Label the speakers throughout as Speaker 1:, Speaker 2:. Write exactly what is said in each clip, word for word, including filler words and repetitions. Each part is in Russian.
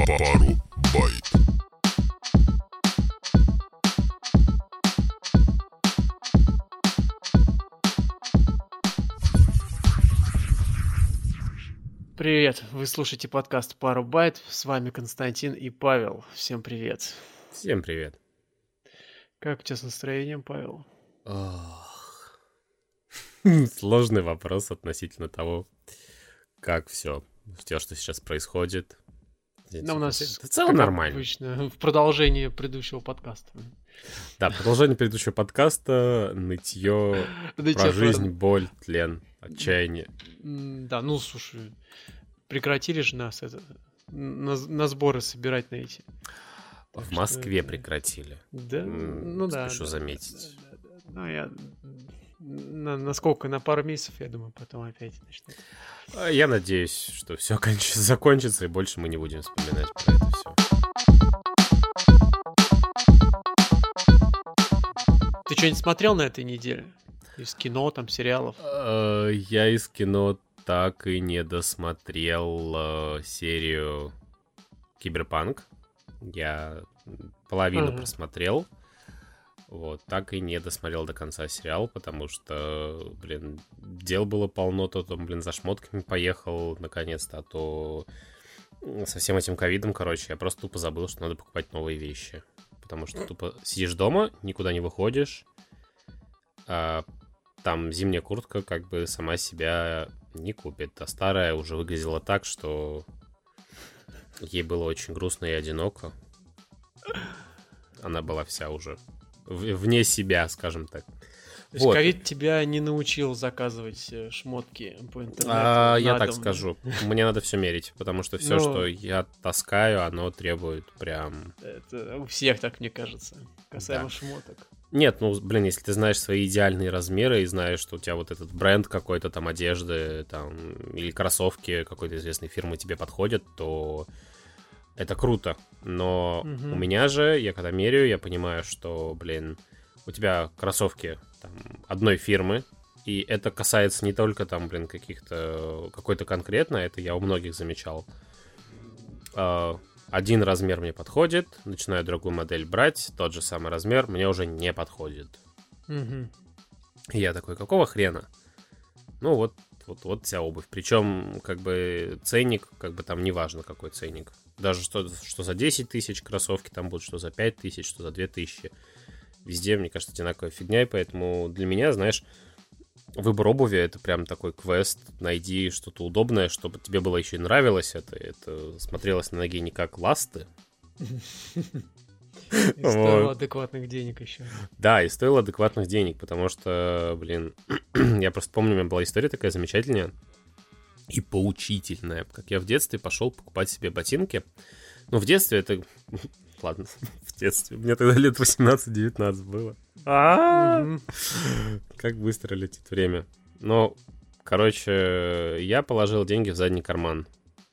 Speaker 1: Пару байт.
Speaker 2: Привет, вы слушаете подкаст «Пару байт», с вами Константин и Павел. Всем привет.
Speaker 3: Всем привет.
Speaker 2: Как у тебя с настроением, Павел?
Speaker 3: Ох. Сложный вопрос относительно того, как все, все, что сейчас происходит.
Speaker 2: Ну, у нас
Speaker 3: в целом нормально.
Speaker 2: Обычно, в продолжении предыдущего подкаста.
Speaker 3: Да, продолжение предыдущего подкаста, нытье про жизнь, боль, тлен, отчаяние.
Speaker 2: Да, ну, слушай, прекратили же нас это, на, на сборы собирать на эти.
Speaker 3: В так Москве что... прекратили.
Speaker 2: Да, ну да.
Speaker 3: Спешу
Speaker 2: да,
Speaker 3: заметить.
Speaker 2: Да, да, да, да. Ну, я... На, на сколько? На пару месяцев, я думаю, потом опять начнут.
Speaker 3: Я надеюсь, что все конч... закончится, и больше мы не будем вспоминать про это все.
Speaker 2: Ты что-нибудь смотрел на этой неделе? Из кино, там, сериалов?
Speaker 3: Я из кино так и не досмотрел серию Киберпанк. Я половину ага. просмотрел. Вот, так и не досмотрел до конца сериал, потому что, блин, дел было полно, то там, блин, за шмотками поехал, наконец-то, а то со всем этим ковидом, короче, я просто тупо забыл, что надо покупать новые вещи. Потому что тупо сидишь дома, никуда не выходишь, а там зимняя куртка как бы сама себя не купит, а старая уже выглядела так, что ей было очень грустно и одиноко. Она была вся уже вне себя, скажем так.
Speaker 2: То есть вот. Ковид тебя не научил заказывать шмотки по интернету?
Speaker 3: А, я так скажу. Мне надо все мерить, потому что все, Но... что я таскаю, оно требует прям...
Speaker 2: Это у всех так, мне кажется, касаемо да. шмоток.
Speaker 3: Нет, ну, блин, если ты знаешь свои идеальные размеры и знаешь, что у тебя вот этот бренд какой-то там одежды там, или кроссовки какой-то известной фирмы тебе подходят, то это круто. Но угу. у меня же, я когда меряю, я понимаю, что, блин, у тебя кроссовки там, одной фирмы, и это касается не только там, блин, каких-то, какой-то конкретно, это я у многих замечал. Один размер мне подходит, начинаю другую модель брать, тот же самый размер мне уже не подходит.
Speaker 2: Угу.
Speaker 3: И я такой, какого хрена? Ну вот, вот, вот вся обувь. Причем, как бы, ценник, как бы там неважно, какой ценник. Даже что, что за десять тысяч кроссовки там будут, что за пять тысяч, что за две тысячи. Везде, мне кажется, одинаковая фигня, и поэтому для меня, знаешь, выбор обуви — это прям такой квест. Найди что-то удобное, чтобы тебе было еще и нравилось это. Это смотрелось на ноге не как ласты.
Speaker 2: И стоило адекватных денег еще.
Speaker 3: Да, и стоило адекватных денег, потому что, блин, я просто помню, у меня была история такая замечательная и поучительная. Как я в детстве пошел покупать себе ботинки. Ну, в детстве это... Ладно, в детстве. Мне тогда лет восемнадцать-девятнадцать было. А-а-а! Как быстро летит время. Ну, короче, я положил деньги в задний карман.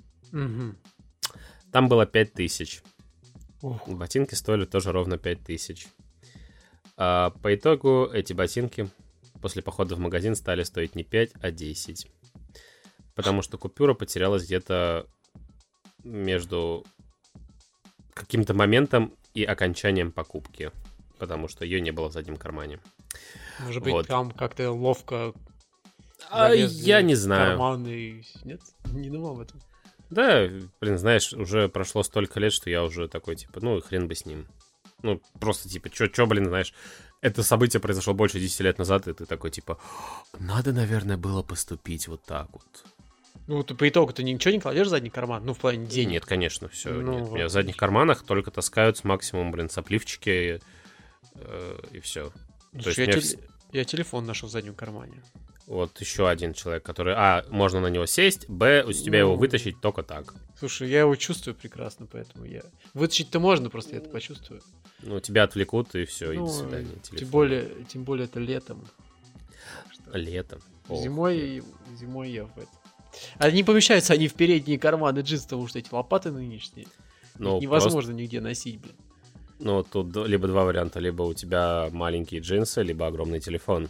Speaker 3: Там было пять тысяч. Ботинки стоили тоже ровно пять тысяч. А по итогу эти ботинки после похода в магазин стали стоить не пять, а десять. Потому что купюра потерялась где-то между каким-то моментом и окончанием покупки. Потому что ее не было в заднем кармане.
Speaker 2: Может быть, вот. Там как-то ловко
Speaker 3: а, я не знаю.
Speaker 2: Карманы. Нет? Не думал об этом.
Speaker 3: Да, блин, знаешь, уже прошло столько лет, что я уже такой, типа, ну, хрен бы с ним. Ну, просто, типа, чё, чё, блин, знаешь, это событие произошло больше десяти лет назад, и ты такой, типа, надо, наверное, было поступить вот так вот.
Speaker 2: Ну, ты по итогу ты ничего не кладешь в задний карман? Ну, в плане денег.
Speaker 3: Нет, конечно, все.
Speaker 2: Ну,
Speaker 3: нет.
Speaker 2: Вот.
Speaker 3: У меня в задних карманах только таскаются максимум, блин, сопливчики э, и все.
Speaker 2: Слушай, я, те... я телефон нашел в заднем кармане.
Speaker 3: Вот еще один человек, который... А, можно на него сесть, б, у тебя ну... его вытащить только так.
Speaker 2: Слушай, я его чувствую прекрасно, поэтому я... Вытащить-то можно, просто я это почувствую.
Speaker 3: Ну, тебя отвлекут, и все,
Speaker 2: ну,
Speaker 3: и до свидания. Телефон.
Speaker 2: Тем более, тем более это летом.
Speaker 3: Что... Летом?
Speaker 2: Зимой, зимой я в это... А не помещаются они в передние карманы джинс, потому что эти лопаты нынешние. Ну, невозможно просто... нигде носить, блин.
Speaker 3: Ну, тут либо два варианта. Либо у тебя маленькие джинсы, либо огромный телефон.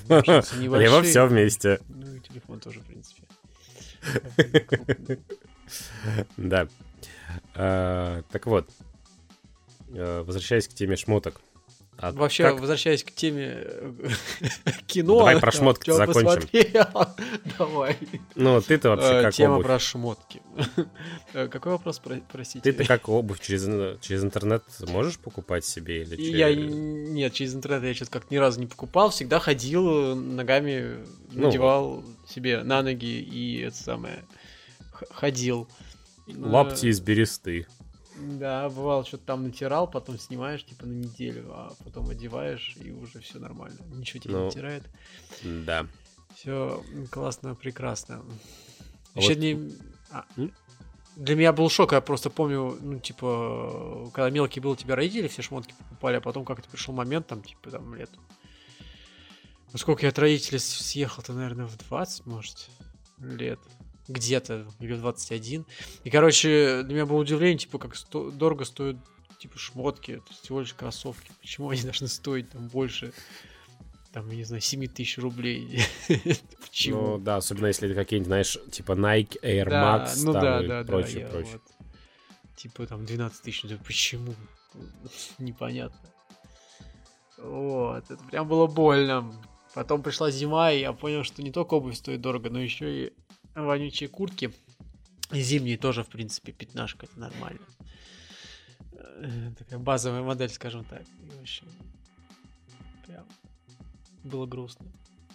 Speaker 2: Либо
Speaker 3: все вместе.
Speaker 2: Ну, и телефон тоже, в принципе.
Speaker 3: Да. Так вот, возвращаясь к теме шмоток.
Speaker 2: А Вообще, как... возвращаясь к теме кино...
Speaker 3: Давай про шмотки закончим.
Speaker 2: Давай.
Speaker 3: Ну, ты-то вообще как
Speaker 2: Тема
Speaker 3: обувь.
Speaker 2: про шмотки. Какой вопрос, простите?
Speaker 3: Ты-то как обувь через, через интернет можешь покупать себе? Или через...
Speaker 2: Я Нет, через интернет я что-то как-то ни разу не покупал. Всегда ходил ногами, надевал ну, вот. себе на ноги и это самое... Ходил.
Speaker 3: Лапти из бересты.
Speaker 2: Да, бывало, что-то там натирал, потом снимаешь, типа, на неделю, а потом одеваешь, и уже все нормально. Ничего тебе ну, не натирает.
Speaker 3: Да.
Speaker 2: Все классно, прекрасно.
Speaker 3: А
Speaker 2: Еще
Speaker 3: вот...
Speaker 2: не... а, для меня был шок, я просто помню, ну, типа, когда мелкий был, тебя родители все шмотки покупали, а потом как-то пришел момент, там, типа, там, лет... Ну, сколько я от родителей съехал-то, наверное, в двадцать, может, лет... где-то, или двадцать один. И, короче, для меня было удивление, типа, как сто... дорого стоят, типа, шмотки. Это всего лишь кроссовки. Почему они должны стоить там больше, там, я не знаю, семь тысяч рублей? Почему?
Speaker 3: Ну, да, особенно если это какие-нибудь, знаешь, типа Nike, Air Max,
Speaker 2: ну,
Speaker 3: там,
Speaker 2: да,
Speaker 3: и
Speaker 2: да,
Speaker 3: прочее,
Speaker 2: да,
Speaker 3: прочее.
Speaker 2: Вот, типа, там, двенадцать тысяч. Почему? Непонятно. Вот, это прям было больно. Потом пришла зима, и я понял, что не только обувь стоит дорого, но еще и вонючие куртки. Зимние тоже, в принципе, пятнашка, это нормально. Такая базовая модель, скажем так. И, в общем, прям было грустно.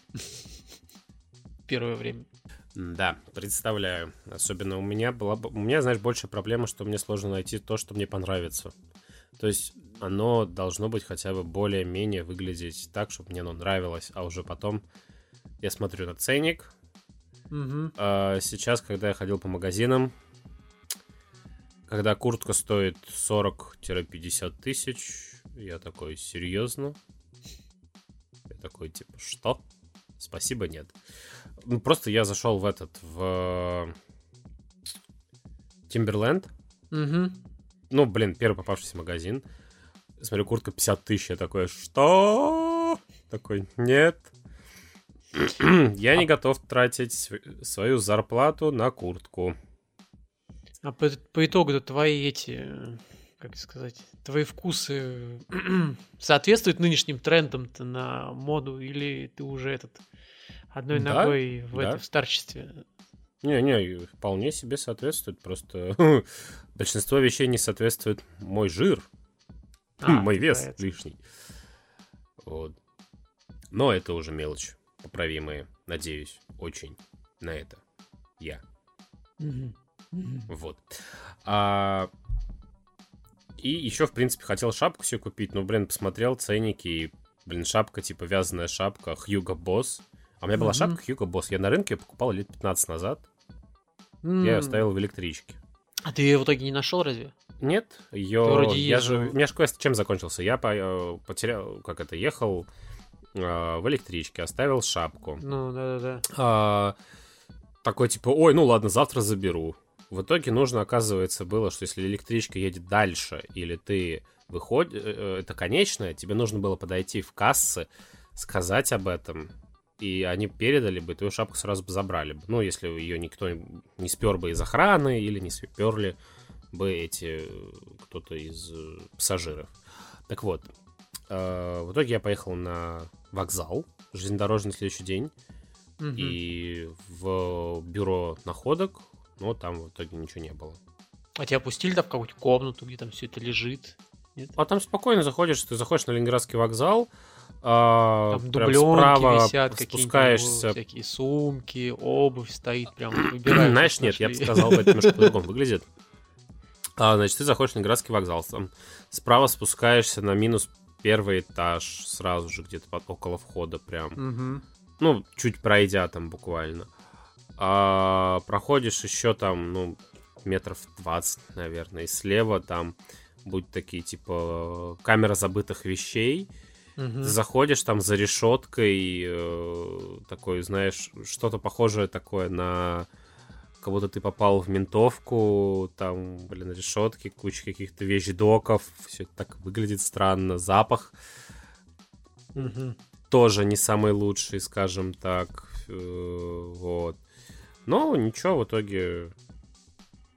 Speaker 2: Первое время.
Speaker 3: Да, представляю. Особенно у меня была... У меня, знаешь, большая проблема, что мне сложно найти то, что мне понравится. То есть оно должно быть хотя бы более-менее выглядеть так, чтобы мне оно нравилось. А уже потом я смотрю на ценник.
Speaker 2: Угу.
Speaker 3: А сейчас, когда я ходил по магазинам, когда куртка стоит сорок-пятьдесят тысяч, я такой, серьезно? Я такой, типа, что? Спасибо, нет. Ну, просто я зашел в этот, в Timberland.
Speaker 2: Угу.
Speaker 3: Ну, блин, первый попавшийся магазин. Смотрю, куртка пятьдесят тысяч, я такой, что? Такой, нет. Я не готов тратить свою зарплату на куртку.
Speaker 2: А по, по итогу-то твои эти, как сказать, твои вкусы соответствуют нынешним трендам-то на моду, или ты уже этот одной
Speaker 3: да,
Speaker 2: ногой в,
Speaker 3: да.
Speaker 2: это, в старчестве?
Speaker 3: Не-не, вполне себе соответствует. Просто большинство вещей не соответствует мой жир, а, мой вес нравится. Лишний. Вот. Но это уже мелочь. Поправимые, надеюсь, очень на это я.
Speaker 2: Mm-hmm. Mm-hmm.
Speaker 3: Вот. А... И еще, в принципе, хотел шапку себе купить, но, блин, посмотрел ценники, и, блин, шапка, типа, вязаная шапка Hugo Boss. А у меня mm-hmm. была шапка Hugo Boss, я на рынке ее покупал лет пятнадцать назад. Mm-hmm. Я ее оставил в электричке.
Speaker 2: А ты ее в итоге не нашел, разве?
Speaker 3: Нет, ее... Я же... У меня же квест чем закончился? Я по... потерял, как это, ехал... в электричке, оставил шапку.
Speaker 2: Ну, да-да-да.
Speaker 3: А, такой, типа, ой, ну ладно, завтра заберу. В итоге нужно, оказывается, было, что если электричка едет дальше, или ты выходишь, это конечное, тебе нужно было подойти в кассы, сказать об этом, и они передали бы, твою шапку сразу бы забрали бы. Ну, если ее никто не спер бы из охраны, или не сперли бы эти, кто-то из пассажиров. Так вот, в итоге я поехал на вокзал железнодорожный на следующий день.
Speaker 2: Угу.
Speaker 3: И в бюро находок, но там в итоге ничего не было.
Speaker 2: А тебя пустили там в какую-то комнату, где там все это лежит? Нет?
Speaker 3: А там спокойно заходишь, ты заходишь на Ленинградский вокзал, а,
Speaker 2: там
Speaker 3: прям
Speaker 2: дубленки
Speaker 3: справа
Speaker 2: висят,
Speaker 3: спускаешься.
Speaker 2: Всякие сумки, обувь стоит, прям выбираешь.
Speaker 3: Знаешь, нет, я бы сказал, это немножко по-другому выглядит. А, значит, ты заходишь на Ленинградский вокзал, там справа спускаешься на минус первый этаж, сразу же где-то под, около входа прям.
Speaker 2: Угу.
Speaker 3: Ну, чуть пройдя там буквально. А проходишь еще там, ну, метров двадцать, наверное, и слева там будут такие, типа, камера забытых вещей.
Speaker 2: Угу.
Speaker 3: Ты заходишь там за решеткой, э, такой, знаешь, что-то похожее такое на... Как будто ты попал в ментовку, там, блин, решетки, куча каких-то вещдоков, все это так выглядит странно, запах
Speaker 2: угу.
Speaker 3: тоже не самый лучший, скажем так, вот. Но ничего, в итоге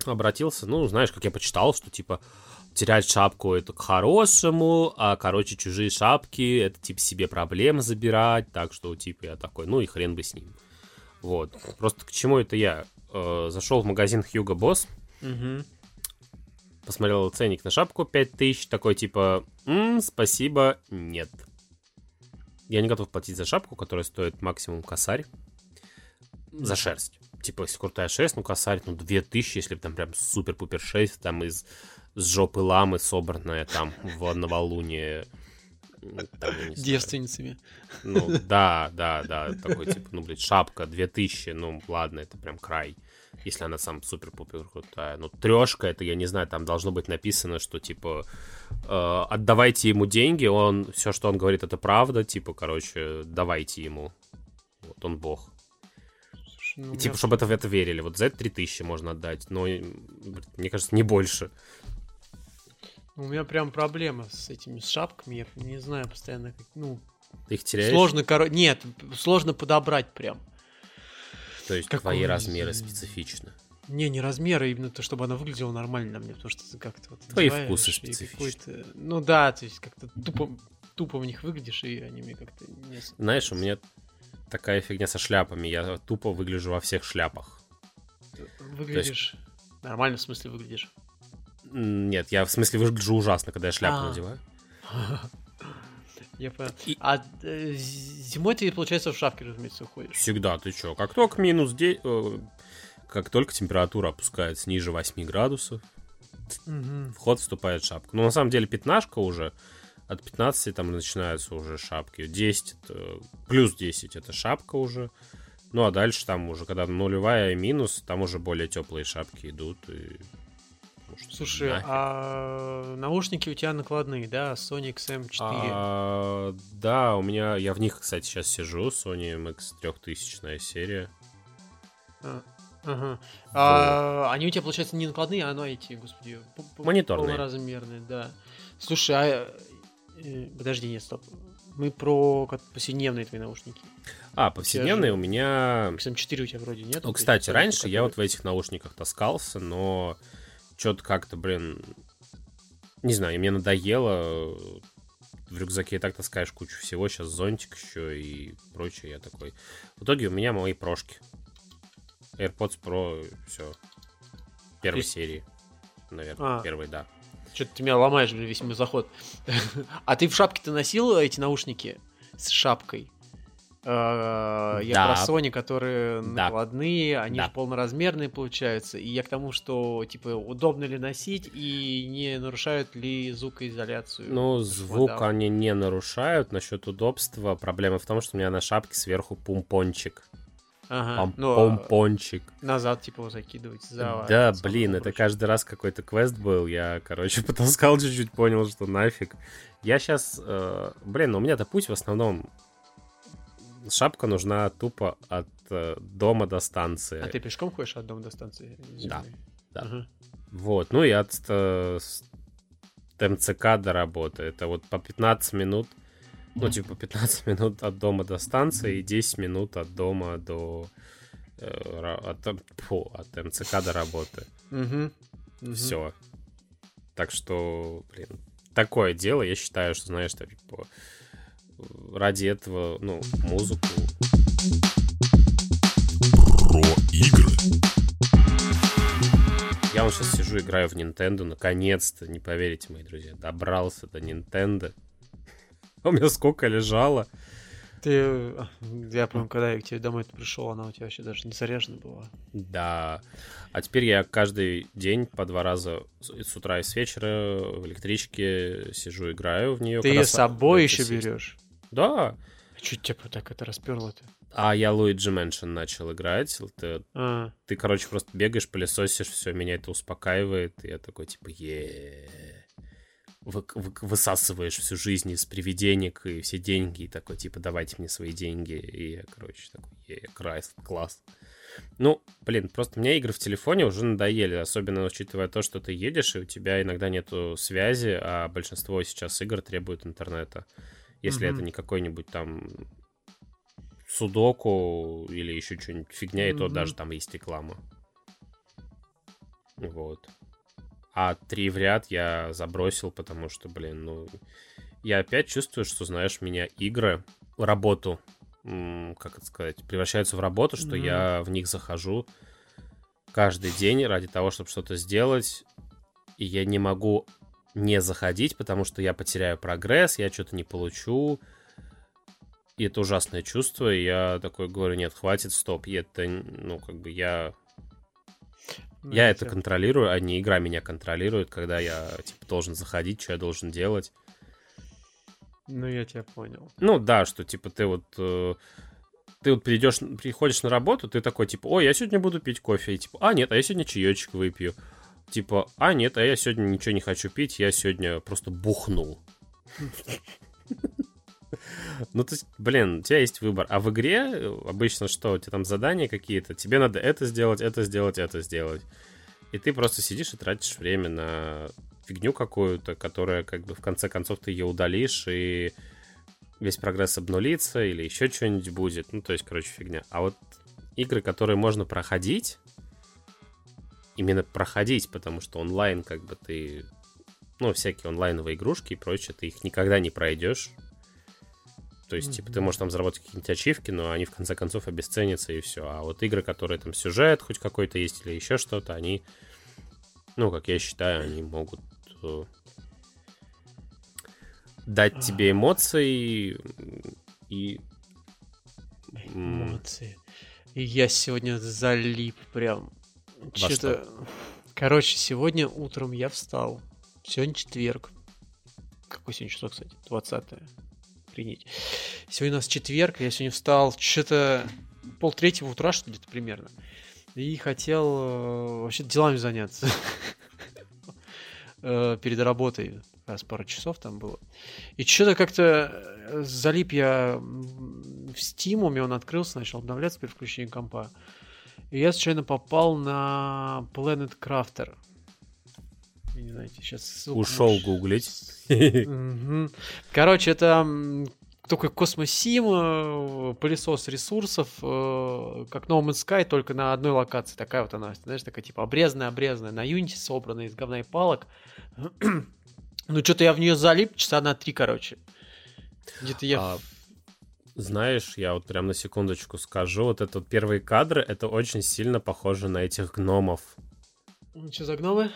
Speaker 3: обратился, ну, знаешь, как я почитал, что, типа, терять шапку — это к хорошему, а, короче, чужие шапки — это, типа, себе проблемы забирать, так что, типа, я такой, ну, и хрен бы с ним. Вот. Просто к чему это я? Э, зашел в магазин Hugo Boss,
Speaker 2: Угу.
Speaker 3: посмотрел ценник на шапку пять тысяч, такой, типа, м-м, спасибо, нет. Я не готов платить за шапку, которая стоит максимум косарь, за шерсть. Типа, если крутая шерсть, ну, косарь, ну, две тысячи, если там прям супер-пупер шерсть, там из с жопы ламы собранная там в новолуние. Там,
Speaker 2: девственницами.
Speaker 3: Ну, да, да, да, такой, типа, ну, блядь, шапка две тысячи, ну, ладно, это прям край, если она сам супер-пупер крутая. Ну, трешка, это, я не знаю, там должно быть написано, что, типа, э, отдавайте ему деньги, он, все, что он говорит, это правда, типа, короче, давайте ему. Вот, он бог. Ну, и, типа, меня... чтобы это в это верили. Вот за это три тысячи можно отдать, но, мне кажется, не больше.
Speaker 2: У меня прям проблема с этими с шапками, я не знаю, постоянно, как, ну...
Speaker 3: Ты их теряешь?
Speaker 2: Сложно, коро... Нет, сложно подобрать прям.
Speaker 3: То есть Какой... твои размеры специфичны?
Speaker 2: Не, не размеры, именно то, чтобы она выглядела нормально на мне, потому что ты как-то вот...
Speaker 3: Твои вкусы специфичны.
Speaker 2: Ну да, то есть как-то тупо, тупо в них выглядишь, и они мне как-то... Не...
Speaker 3: Знаешь, у меня такая фигня со шляпами, я тупо выгляжу во всех шляпах.
Speaker 2: Выглядишь... Есть... Нормально, в смысле, выглядишь?
Speaker 3: Нет, я в смысле выгляжу ужасно, когда я шляпу А-а-а. надеваю.
Speaker 2: Я понял. И... А э, зимой ты, получается, в шапке, разумеется, уходишь?
Speaker 3: Всегда, ты чё? Как только минус девять... Э, как только температура опускается ниже восемь градусов,
Speaker 2: угу.
Speaker 3: в ход вступает шапка. Ну, на самом деле, пятнашка уже... От пятнадцати там начинаются уже шапки. десять, это... плюс десять это шапка уже. Ну, а дальше там уже, когда нулевая и минус, там уже более теплые шапки идут. И...
Speaker 2: Слушай, нафиг. А наушники у тебя накладные, да? Sony икс эм четыре.
Speaker 3: А, да, у меня... Я в них, кстати, сейчас сижу. Sony эм икс трехтысячная серия.
Speaker 2: А, ага. Вот. А, они у тебя, получается, не накладные, а ну эти, господи...
Speaker 3: Мониторные.
Speaker 2: Полноразмерные, да. Слушай, а... Подожди, нет, стоп. Мы про повседневные твои наушники.
Speaker 3: А, повседневные у меня...
Speaker 2: икс эм четыре у тебя вроде нет?
Speaker 3: Ну, кстати, раньше я вот в этих наушниках таскался, но... Что-то как-то, блин, не знаю, мне надоело. В рюкзаке и так таскаешь кучу всего. Сейчас зонтик еще и прочее. Я такой. В итоге у меня мои прошки. AirPods Pro, все. Первой ты... серии. Наверное, а, первой, да.
Speaker 2: Что-то ты меня ломаешь, блин, весь мой заход. А ты в шапке-то носил эти наушники с шапкой? Я
Speaker 3: да.
Speaker 2: про Sony, которые
Speaker 3: да.
Speaker 2: накладные, они
Speaker 3: да.
Speaker 2: же полноразмерные получаются. И я к тому, что типа удобно ли носить и не нарушают ли звукоизоляцию.
Speaker 3: Ну, звук модал. Они не нарушают. Насчет удобства проблема в том, что у меня на шапке сверху пумпончик.
Speaker 2: Ага.
Speaker 3: Пом- ну, помпончик.
Speaker 2: Назад типа его закидывать. За...
Speaker 3: Да, блин, это каждый раз какой-то квест был. Я, короче, потаскал чуть-чуть, понял, что нафиг. Я сейчас... Э, блин, ну у меня-то путь в основном... Шапка нужна тупо от э, дома до станции.
Speaker 2: А ты пешком ходишь от дома до станции?
Speaker 3: Да, да.
Speaker 2: Ага.
Speaker 3: Вот, ну и от э, эм цэ ка до работы. Это вот по пятнадцать минут, ну типа пятнадцать минут от дома до станции и десять минут от дома до... Э, от, фу, от эм цэ ка до работы.
Speaker 2: Угу.
Speaker 3: Все. Так что, блин, такое дело. Я считаю, что, знаешь, так, типа... ради этого, ну, музыку. Про игры. Я вот сейчас сижу, играю в Nintendo, наконец-то, не поверите, мои друзья, добрался до Nintendo. У меня сколько лежало.
Speaker 2: Ты, я помню, когда я к тебе домой пришел, она у тебя вообще даже не заряжена была.
Speaker 3: Да. А теперь я каждый день по два раза с утра и с вечера в электричке сижу, играю в нее.
Speaker 2: Ты ее с собой еще берешь?
Speaker 3: Да.
Speaker 2: А что тебя так это расперло-то?
Speaker 3: А я Luigi Mansion начал играть. Ты,
Speaker 2: а.
Speaker 3: ты, короче, просто бегаешь, пылесосишь, все, меня это успокаивает. И я такой, типа, е вы, вы, высасываешь всю жизнь из привиденек и все деньги. И такой, типа, давайте мне свои деньги. И я, короче, такой, е класс, класс. Ну, блин, просто мне игры в телефоне уже надоели. Особенно учитывая то, что ты едешь, и у тебя иногда нету связи, а большинство сейчас игр требует интернета. Если mm-hmm. это не какой-нибудь там судоку или еще что-нибудь фигня, mm-hmm. и то даже там есть реклама. Вот. А три в ряд я забросил, потому что, блин, ну... Я опять чувствую, что, знаешь, меня игры, работу, как это сказать, превращаются в работу, что mm-hmm. я в них захожу каждый день ради того, чтобы что-то сделать, и я не могу не заходить, потому что я потеряю прогресс, я что-то не получу, и это ужасное чувство, и я такой говорю, нет, хватит, стоп, и это, ну, как бы я... Ну, я это контролирую, а не игра меня контролирует, когда я, типа, должен заходить, что я должен делать.
Speaker 2: Ну, я тебя понял.
Speaker 3: Ну, да, что, типа, ты вот... Э, ты вот придешь, приходишь на работу, ты такой, типа, ой, я сегодня буду пить кофе. И, типа, а, нет, а я сегодня чаечек выпью. Типа, а, нет, а я сегодня ничего не хочу пить, я сегодня просто бухнул. Ну, то есть, блин, у тебя есть выбор. А в игре обычно что? У тебя там задания какие-то, тебе надо это сделать, это сделать, это сделать. И ты просто сидишь и тратишь время на... фигню какую-то, которая, как бы, в конце концов, ты ее удалишь, и весь прогресс обнулится, или еще что-нибудь будет. Ну, то есть, короче, фигня. А вот игры, которые можно проходить, именно проходить, потому что онлайн, как бы, ты... Ну, всякие онлайновые игрушки и прочее, ты их никогда не пройдешь. То есть, mm-hmm. типа, ты можешь там заработать какие-нибудь ачивки, но они, в конце концов, обесценятся, и все. А вот игры, которые там сюжет хоть какой-то есть, или еще что-то, они... Ну, как я считаю, они могут э, дать тебе эмоции и...
Speaker 2: Эмоции. И я сегодня залип прям. Что-то... Короче, сегодня утром я встал. Сегодня четверг. Какой сегодня число, кстати? двадцатое. Принять. Сегодня у нас четверг. Я сегодня встал что-то полтретьего утра, что где-то примерно. И хотел э, вообще делами заняться. Перед работой. Раз пару часов там было. И что-то как-то залип я в Steam, у меня он открылся, начал обновляться при включении компа. И я случайно попал на Planet Crafter. Я не знаю, сейчас ссылку...
Speaker 3: Ушел гуглить.
Speaker 2: Короче, это такой космосим, пылесос ресурсов, как No Man's Sky, только на одной локации. Такая вот она, знаешь, такая типа обрезанная-обрезанная, на Unity собранная из говна и палок. Ну, что-то я в нее залип часа на три, короче. Где-то я...
Speaker 3: А, знаешь, я вот прям на секундочку скажу, вот этот первые кадры, это очень сильно похоже на этих гномов.
Speaker 2: Что за гномы?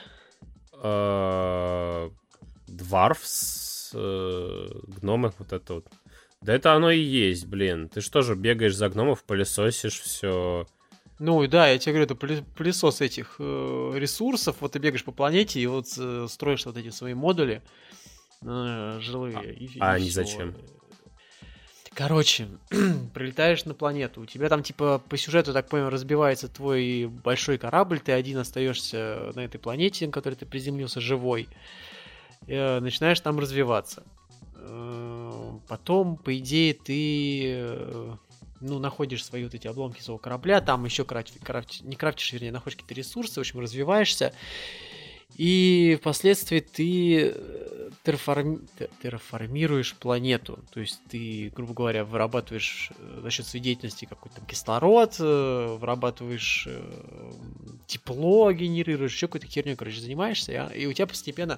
Speaker 3: Дварфс, гномы, вот это вот. Да это оно и есть, блин. Ты что же бегаешь за гномов, пылесосишь все...
Speaker 2: Ну да, я тебе говорю, это пылесос этих э, ресурсов. Вот ты бегаешь по планете и вот э, строишь вот эти свои модули э, жилые.
Speaker 3: А,
Speaker 2: и,
Speaker 3: а
Speaker 2: и
Speaker 3: они
Speaker 2: всё.
Speaker 3: зачем?
Speaker 2: Короче, прилетаешь на планету. У тебя там типа по сюжету, так понимаю, разбивается твой большой корабль. Ты один остаешься на этой планете, на которой ты приземлился живой. Э, начинаешь там развиваться. Э, потом, по идее, ты... Э, ну, находишь свои вот эти обломки своего корабля, там еще крафти, крафти, не крафтишь, вернее, находишь какие-то ресурсы, в общем, развиваешься, и впоследствии ты терраформи... терраформируешь планету, то есть ты, грубо говоря, вырабатываешь за счет своей деятельности какой-то там кислород, вырабатываешь тепло, генерируешь, еще какой-то херней, короче, занимаешься, и у тебя постепенно...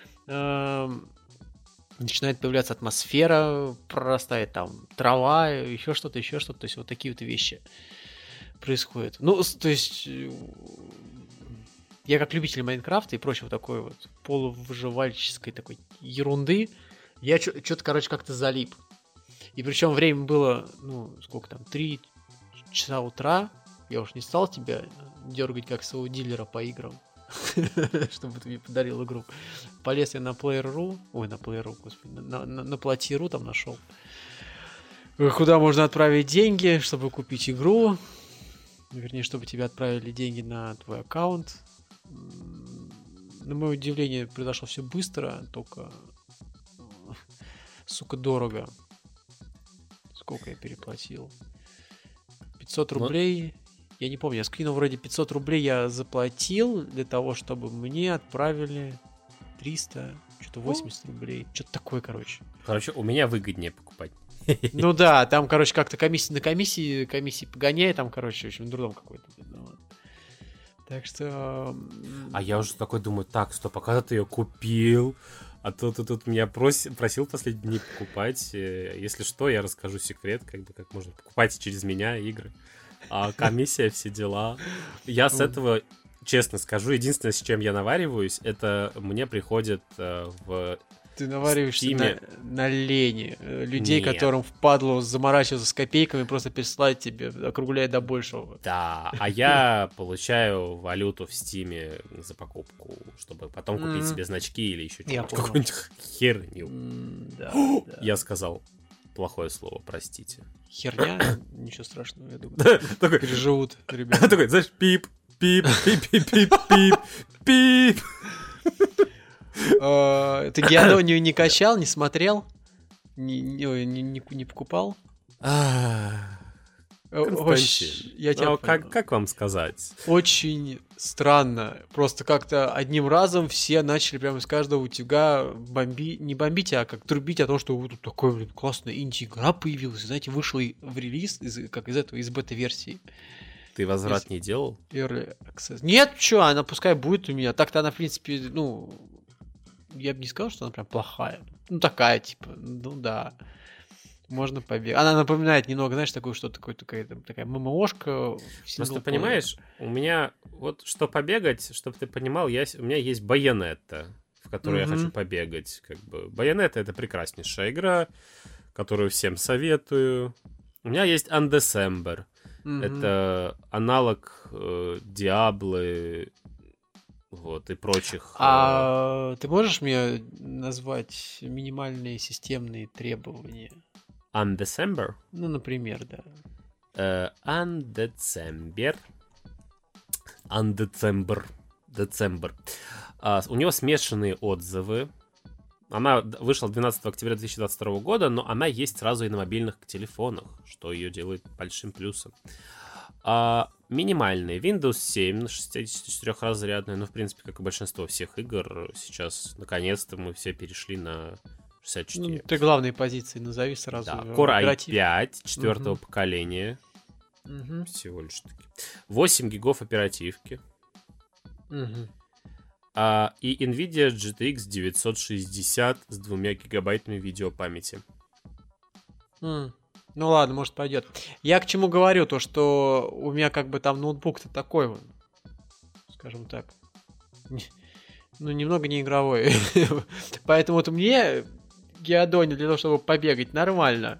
Speaker 2: начинает появляться атмосфера, прорастает там трава, еще что-то, еще что-то. То есть вот такие вот вещи происходят. Ну, то есть я как любитель Майнкрафта и прочего такой вот полувыживальческой такой ерунды, я что-то, короче, как-то залип. И причем время было, ну, сколько там, три часа утра. Я уж не стал тебя дергать как своего дилера по играм. Чтобы ты мне подарил игру. Полез я на Player.ru. Ой, на Player.ru, господи. На, на, на Плати.ру там нашел. Куда можно отправить деньги, чтобы купить игру. Вернее, чтобы тебе отправили деньги на твой аккаунт. На мое удивление, произошло все быстро. Только, сука, дорого. Сколько я переплатил? пятьсот рублей... Я не помню, я скинул вроде пятьсот рублей я заплатил для того, чтобы мне отправили триста, что-то восемьдесят рублей. Что-то такое, короче.
Speaker 3: Короче, у меня выгоднее покупать.
Speaker 2: Ну да, там, короче, как-то комиссия на комиссии, комиссии погоняет, там, короче, в общем, дурдом какой-то. Так что...
Speaker 3: А я уже такой думаю, так, стоп, а когда ты ее купил? А то ты тут меня прос... просил последние дни покупать. Если что, я расскажу секрет, как бы как можно покупать через меня игры. А комиссия, все дела. Я с этого, честно скажу, единственное, с чем я навариваюсь, это мне приходит э, в...
Speaker 2: Ты навариваешься
Speaker 3: на,
Speaker 2: на лени. Людей,
Speaker 3: Нет.
Speaker 2: которым впадло заморачиваться с копейками, просто переслать тебе, округляя до большего.
Speaker 3: Да, а я получаю валюту в Стиме за покупку, чтобы потом купить mm. себе значки или еще что-нибудь, какую-нибудь херню.
Speaker 2: Mm, да, да.
Speaker 3: Я сказал плохое слово, простите.
Speaker 2: Херня? Ничего страшного, я думаю. Переживут ребята.
Speaker 3: Такой, знаешь, пип, пип, пип, пип, пип, пип, пип.
Speaker 2: Ты Геодонию не качал, не смотрел? Не, не, не, не покупал?
Speaker 3: Константин, я тебя ну, как, как вам сказать?
Speaker 2: Очень странно. Просто как-то одним разом все начали прямо из каждого утюга бомбить, не бомбить, а как трубить о том, что вот тут такая, блин, классная инди-игра появилась. Знаете, вышла в релиз, из, как из этого, из бета-версии.
Speaker 3: Ты возврат
Speaker 2: из...
Speaker 3: не делал?
Speaker 2: Early Access. Нет, что, она пускай будет у меня. Так-то она, в принципе, ну... Я бы не сказал, что она прям плохая. Ну, такая, типа, ну да. Можно побегать. Она напоминает немного, знаешь, такую, что такое, такая, такая ММОшка.
Speaker 3: Просто понимаешь, у меня вот что побегать, чтобы ты понимал, я, у меня есть Bayonetta, в которой mm-hmm. я хочу побегать. Как бы. Bayonetta — это прекраснейшая игра, которую всем советую. У меня есть Undecember. Mm-hmm. Это аналог э, Diablo, вот, и прочих.
Speaker 2: А э... ты можешь мне назвать минимальные системные требования?
Speaker 3: Undecember?
Speaker 2: Ну, например, да.
Speaker 3: Uh, Undecember. Undecember. December. Uh, у него смешанные отзывы. Она вышла двенадцатого октября две тысячи двадцать второго года, но она есть сразу и на мобильных телефонах, что ее делает большим плюсом. Uh, минимальные. Windows семь на шестидесятичетырёхразрядная. Ну, в принципе, как и большинство всех игр, сейчас, наконец-то, мы все перешли на шестьдесят четыре.
Speaker 2: Ну, ты главные позиции назови сразу.
Speaker 3: Да, Core ай пять четвертого угу. поколения.
Speaker 2: Угу.
Speaker 3: Всего лишь таки. восемь гигов оперативки.
Speaker 2: Угу.
Speaker 3: А, и NVIDIA джи ти экс девятьсот шестьдесят с двумя гигабайтами видеопамяти.
Speaker 2: Mm. Ну ладно, может пойдет. Я к чему говорю, то что у меня как бы там ноутбук-то такой вот, скажем так, ну немного не игровой. Поэтому вот мне Геодония для того, чтобы побегать, нормально.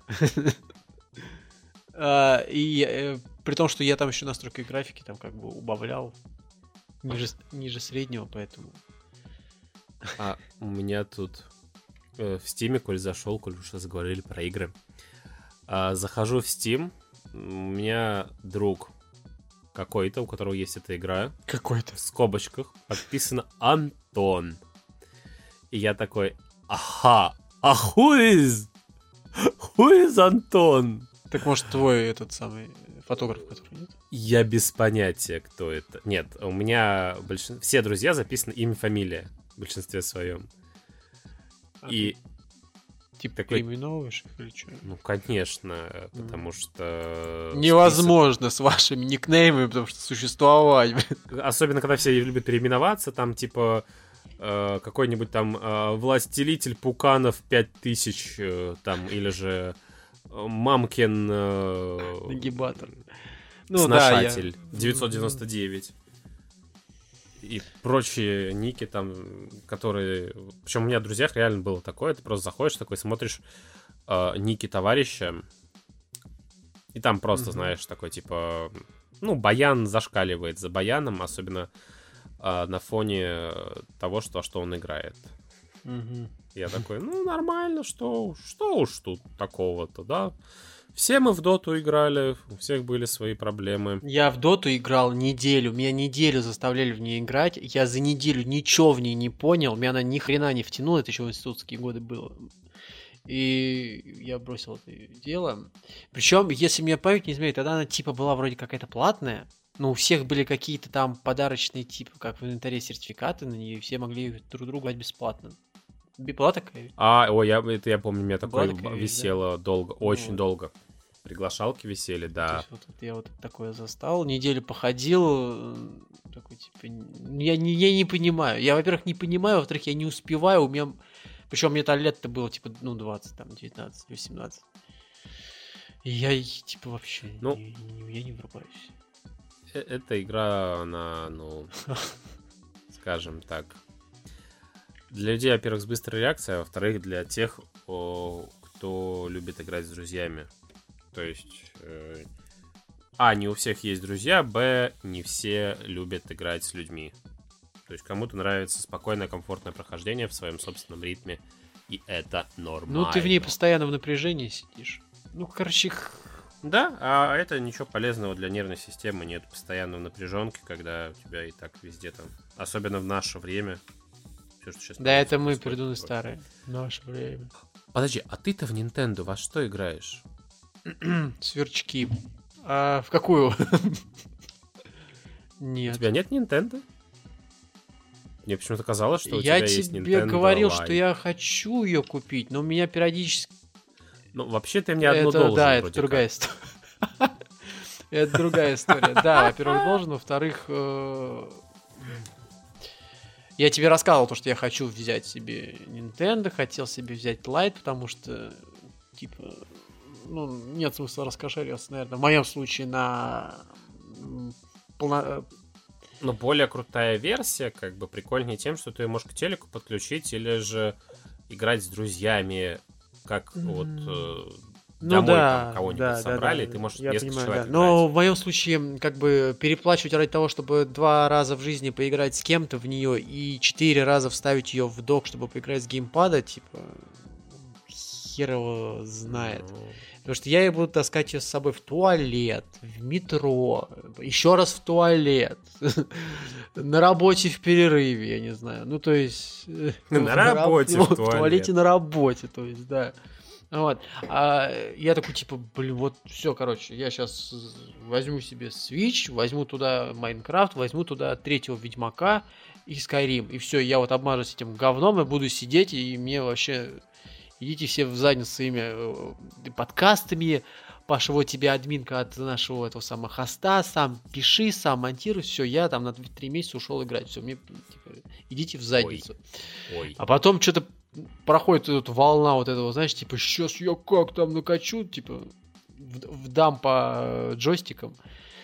Speaker 2: И при том, что я там еще настройки графики там как бы убавлял ниже, ниже среднего, поэтому...
Speaker 3: А у меня тут в Steam, коль зашел, коль уже заговорили про игры, А, захожу в Steam, у меня друг какой-то, у которого есть эта игра.
Speaker 2: Какой-то.
Speaker 3: В скобочках подписано Антон. И я такой, ага, а who is? Who is Антон?
Speaker 2: Так может твой этот самый фотограф, который нет?
Speaker 3: Я без понятия, кто это. Нет, у меня большин... все друзья записаны имя, фамилия в большинстве своем.
Speaker 2: А
Speaker 3: И...
Speaker 2: ты... Типа
Speaker 3: такой...
Speaker 2: переименовываешь их или что?
Speaker 3: Ну, конечно, потому mm. что...
Speaker 2: Невозможно список... с вашими никнеймами, потому что существовать.
Speaker 3: Особенно, когда все любят переименоваться, там, типа, э, какой-нибудь там э, Властелитель Пуканов пять тысяч, э, там, или же э, Мамкин... Э,
Speaker 2: Нагибатор. Ну,
Speaker 3: Сношатель
Speaker 2: да, я...
Speaker 3: девятьсот девяносто девять. И прочие ники там, которые... Причем у меня в друзьях реально было такое. Ты просто заходишь такой, смотришь э, ники товарища, и там просто, mm-hmm. знаешь, такой, типа... Ну, баян зашкаливает за баяном, особенно э, на фоне того, что, что он играет.
Speaker 2: Mm-hmm.
Speaker 3: Я такой, ну, нормально, что, что уж тут такого-то, да? Все мы в доту играли, у всех были свои проблемы.
Speaker 2: Я в доту играл неделю, меня неделю заставляли в ней играть, я за неделю ничего в ней не понял, меня она ни хрена не втянула, это еще в институтские годы было. И я бросил это дело. Причем, если мне память не изменяет, тогда она типа была вроде какая-то платная, но у всех были какие-то там подарочные типа, как в инвентаре, сертификаты на нее, и все могли друг другу дать бесплатно. Была такая?
Speaker 3: А, ой, я, это я помню, у меня такое висело да? долго, очень вот. долго. Приглашалки висели, да.
Speaker 2: То есть вот это я вот такое застал, неделю походил, такой типа, я не, я не понимаю. Я, во-первых, не понимаю, во-вторых, я не успеваю, у меня, причем мне то лет-то было типа, ну, двадцать, там, девятнадцать, восемнадцать. И я, типа, вообще, ну, не, не, я не врубаюсь.
Speaker 3: Эта игра, она, ну, скажем так, для людей, во-первых, с быстрой реакцией, а во-вторых, для тех, кто любит играть с друзьями. То есть, э, а, не у всех есть друзья, б, не все любят играть с людьми. То есть, кому-то нравится спокойное, комфортное прохождение в своем собственном ритме, и это нормально.
Speaker 2: Ну, ты в ней постоянно в напряжении сидишь. Ну, короче...
Speaker 3: Да, а это ничего полезного для нервной системы, нет постоянной напряженки, когда у тебя и так везде там, особенно в наше время. Все, что сейчас
Speaker 2: да, это мы, пердуны старые. Наше время.
Speaker 3: Подожди, а ты-то в Nintendo во что играешь?
Speaker 2: Сверчки. А в какую? Нет.
Speaker 3: У тебя нет Nintendo? Мне почему-то казалось, что у
Speaker 2: я
Speaker 3: тебя есть Nintendo
Speaker 2: Я тебе говорил,
Speaker 3: Live.
Speaker 2: Что я хочу ее купить, но у меня периодически...
Speaker 3: Ну, вообще ты мне одну
Speaker 2: это,
Speaker 3: должен.
Speaker 2: Да, это другая история. Это другая история. Да, во-первых, должен, во-вторых... Я тебе рассказывал то, что я хочу взять себе Nintendo, хотел себе взять Lite, потому что, типа, ну, нет смысла раскошеливаться, наверное, в моем случае на полно...
Speaker 3: Но более крутая версия, как бы, прикольнее тем, что ты можешь к телеку подключить или же играть с друзьями, как mm. вот...
Speaker 2: Ну
Speaker 3: домой
Speaker 2: да,
Speaker 3: там кого-нибудь
Speaker 2: да,
Speaker 3: собрали,
Speaker 2: да,
Speaker 3: и ты можешь
Speaker 2: я
Speaker 3: несколько
Speaker 2: понимаю,
Speaker 3: человек
Speaker 2: да.
Speaker 3: играть.
Speaker 2: Но в моем случае, как бы, переплачивать ради того, чтобы два раза в жизни поиграть с кем-то в нее и четыре раза вставить ее в док, чтобы поиграть с геймпада, типа, хер его знает. Ну... Потому что я и буду таскать ее с собой в туалет, в метро, еще раз в туалет, на работе в перерыве, я не знаю. Ну, то есть...
Speaker 3: На работе в туалете.
Speaker 2: В туалете на работе, то есть, да. Вот. А я такой, типа, блин, вот все, короче, я сейчас возьму себе Switch, возьму туда Майнкрафт, возьму туда третьего Ведьмака и Skyrim. И все, я вот обмажусь этим говном и буду сидеть, и мне вообще... Идите все в задницу своими подкастами. Паша, вот тебе админка от нашего этого самого хоста, сам пиши, сам монтируй, все, я там на три месяца ушел играть. Все, мне, типа, идите в задницу. Ой. Ой. А потом что-то проходит вот волна вот этого, знаешь, типа, сейчас я как там накачу, типа, вдам по джойстикам.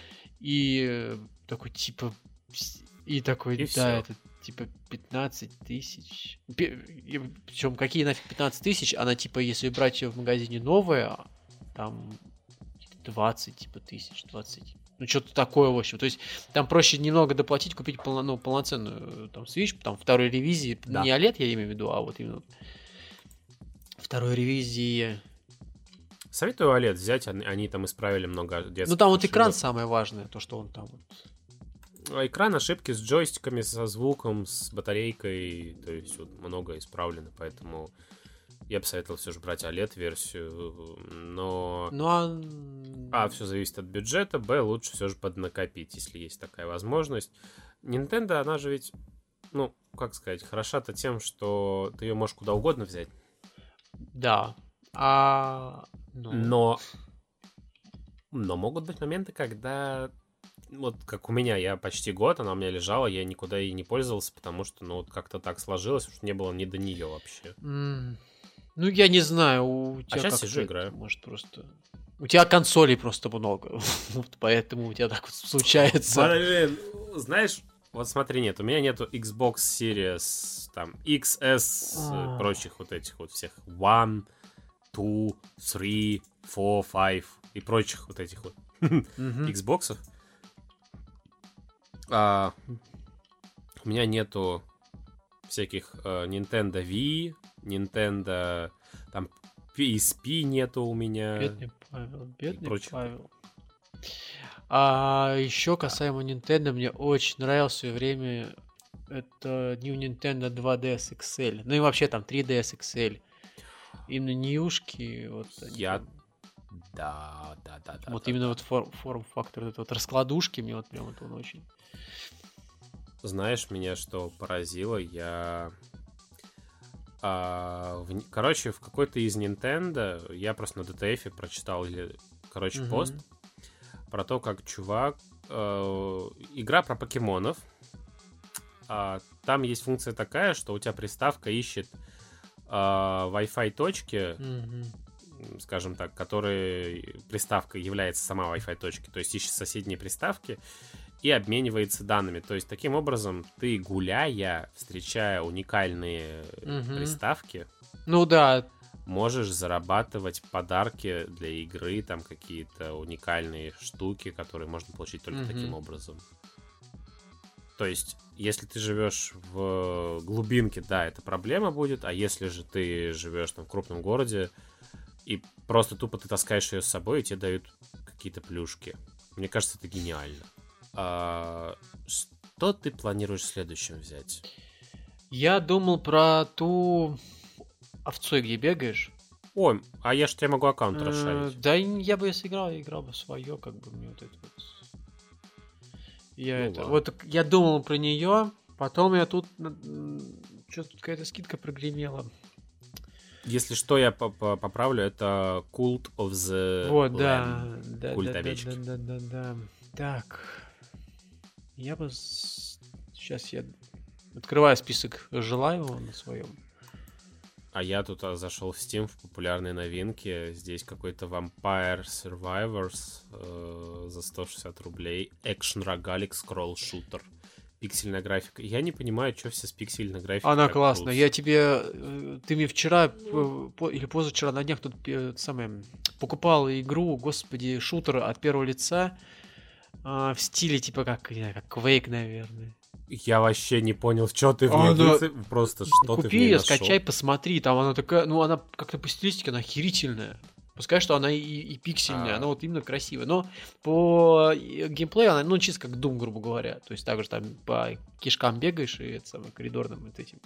Speaker 2: И такой, типа, и такой, и да, все. Это типа пятнадцать тысяч. Причем какие нафиг пятнадцать тысяч? Она, типа, если брать ее в магазине новая, там двадцать, типа, тысяч, двадцать. Ну, что-то такое, в общем. То есть, там проще немного доплатить, купить полно, ну, полноценную там Switch, там, второй ревизии. Да. Не о лет, я имею в виду, а вот именно второй ревизии.
Speaker 3: Советую о лет взять, они, они там исправили много детских.
Speaker 2: Ну, там вот ошибок. Экран самое важное, то, что он там вот...
Speaker 3: Экран, ошибки с джойстиками, со звуком, с батарейкой, то есть вот много исправлено, поэтому я бы советовал все же брать о лед-версию, но...
Speaker 2: Ну, а...
Speaker 3: а, все зависит от бюджета, б, лучше все же поднакопить, если есть такая возможность. Nintendo, она же ведь, ну, как сказать, хороша-то тем, что ты ее можешь куда угодно взять.
Speaker 2: Да, а...
Speaker 3: Ну... Но... Но могут быть моменты, когда... Вот как у меня, я почти год, она у меня лежала, я никуда ей не пользовался, потому что, ну, вот как-то так сложилось, что не было ни до нее вообще.
Speaker 2: Mm. Ну, я не знаю, у тебя...
Speaker 3: А сейчас сижу, играю.
Speaker 2: Может, просто... У тебя консолей просто много, вот поэтому у тебя так вот случается.
Speaker 3: Блин, знаешь, вот смотри, нет, у меня нету Xbox Series, там, икс эс, ah. прочих вот этих вот всех, один, два, три, четыре, пять и прочих вот этих вот mm-hmm. Xbox'ов. А, у меня нету всяких uh, Nintendo Wii, Nintendo там пи эс пи нету у меня.
Speaker 2: Бедный Павел, бедный Павел. А еще касаемо да. Nintendo, мне очень нравилось в свое время это New Nintendo два ди эс икс эл. Ну и вообще там три ди эс икс эл. Именно ньюшки. Вот
Speaker 3: я... Да, да, да, да.
Speaker 2: Вот
Speaker 3: да,
Speaker 2: именно
Speaker 3: да.
Speaker 2: вот форм, форм-фактор, вот, вот раскладушки, мне вот прям вот он очень...
Speaker 3: Знаешь, меня что поразило? Я... А, в... Короче, в какой-то из Nintendo, я просто на ди ти эф прочитал или короче,
Speaker 2: Мгм.
Speaker 3: пост про то, как чувак... э, игра про покемонов. А, там есть функция такая, что у тебя приставка ищет а, Wi-Fi точки,
Speaker 2: Мгм.
Speaker 3: скажем так, которые приставка является сама Wi-Fi точкой, то есть ищет соседние приставки и обменивается данными. То есть таким образом ты, гуляя, встречая уникальные
Speaker 2: Мгм.
Speaker 3: приставки,
Speaker 2: Ну да.
Speaker 3: можешь зарабатывать подарки для игры, там какие-то уникальные штуки, которые можно получить только
Speaker 2: Мгм.
Speaker 3: таким образом. То есть, если ты живешь в глубинке, да, это проблема будет, а если же ты живешь там в крупном городе и просто тупо ты таскаешь ее с собой, и тебе дают какие-то плюшки. Мне кажется, это гениально. А, что ты планируешь следующим взять?
Speaker 2: Я думал про ту овцой, где бегаешь.
Speaker 3: Ой, а я ж тебе могу аккаунт
Speaker 2: Э,
Speaker 3: расшарить.
Speaker 2: Да и я бы если играл, я играл бы свое, как бы мне вот это вот. Я
Speaker 3: Ну
Speaker 2: это.
Speaker 3: ладно.
Speaker 2: Вот я думал про нее, потом я тут что тут какая-то скидка прогремела.
Speaker 3: Если что, я по- по- поправлю, это Cult of the
Speaker 2: Вот,
Speaker 3: Lamb.
Speaker 2: да, да,
Speaker 3: Культ
Speaker 2: да, да,
Speaker 3: овечки.
Speaker 2: да, да, да, да. Так, я бы сейчас я открываю список желаемого на своем.
Speaker 3: А я тут а, зашел в Steam в популярные новинки. Здесь какой-то Vampire Survivors э, за сто шестьдесят рублей. Экшен рогалик, скролл шутер. Пиксельная графика. Я не понимаю, что все с пиксельной графикой.
Speaker 2: Она
Speaker 3: так
Speaker 2: классная.
Speaker 3: прутся.
Speaker 2: Я тебе, э, ты мне вчера п- по- или позавчера на днях тут э, самое покупал игру, господи, шутер от первого лица а, в стиле типа как, не знаю, как Quake, наверное.
Speaker 3: Я вообще не понял, что ты в ней
Speaker 2: Она-
Speaker 3: выцеп... Просто что ты в
Speaker 2: Купи
Speaker 3: ней
Speaker 2: ее,
Speaker 3: нашел.
Speaker 2: скачай, посмотри. Там она такая, ну она как-то по стилистике, она охерительная. Пускай, что она и, и пиксельная,
Speaker 3: А.
Speaker 2: она вот именно красивая. Но по э, геймплею она, ну, чисто как Doom, грубо говоря. То есть также там по кишкам бегаешь и это самое, коридорным вот этим.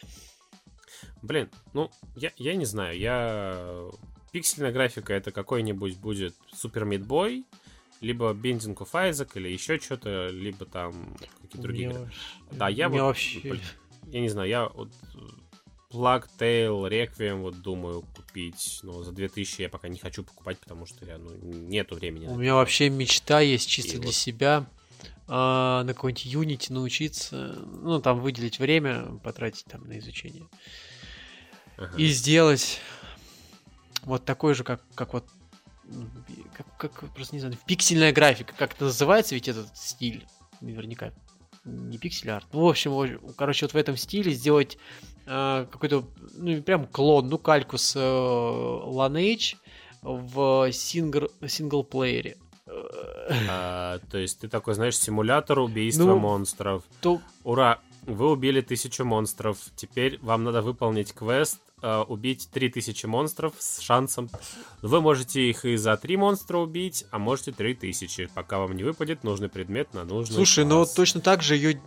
Speaker 3: Блин, ну, я, я не знаю, я... Пиксельная графика это какой-нибудь будет Super Meat Boy, либо Binding of Isaac, или еще что-то, либо там какие-то другие
Speaker 2: Мне
Speaker 3: игры.
Speaker 2: вообще-
Speaker 3: Да, я
Speaker 2: мне
Speaker 3: вот,
Speaker 2: вообще...
Speaker 3: блин, я не знаю, я вот Plague Tale, Requiem вот думаю купить, но за две тысячи я пока не хочу покупать, потому что я, ну, нету времени.
Speaker 2: У
Speaker 3: на
Speaker 2: меня
Speaker 3: это.
Speaker 2: вообще мечта есть чисто
Speaker 3: И
Speaker 2: для
Speaker 3: вот.
Speaker 2: себя а, на какой-нибудь Unity научиться, ну, там, выделить время, потратить там на изучение.
Speaker 3: Ага.
Speaker 2: И сделать вот такой же, как, как вот, м, как, как, просто не знаю, пиксельная графика, как это называется, ведь этот стиль, наверняка, не пиксель-арт. Ну, в общем, в- короче, вот в этом стиле сделать э, какой-то, ну, прям клон, ну, кальку с э, Lineage в сингл, синглплеере. Э,
Speaker 3: А, то есть ты такой, знаешь, симулятор убийства
Speaker 2: Ну,
Speaker 3: монстров.
Speaker 2: то-
Speaker 3: Ура! Вы убили тысячу монстров. Теперь вам надо выполнить квест, э, убить три тысячи монстров с шансом. Вы можете их и за три монстра убить, а можете три тысячи, пока вам не выпадет нужный предмет на нужный
Speaker 2: Слушай, ну
Speaker 3: класс.
Speaker 2: точно так же ее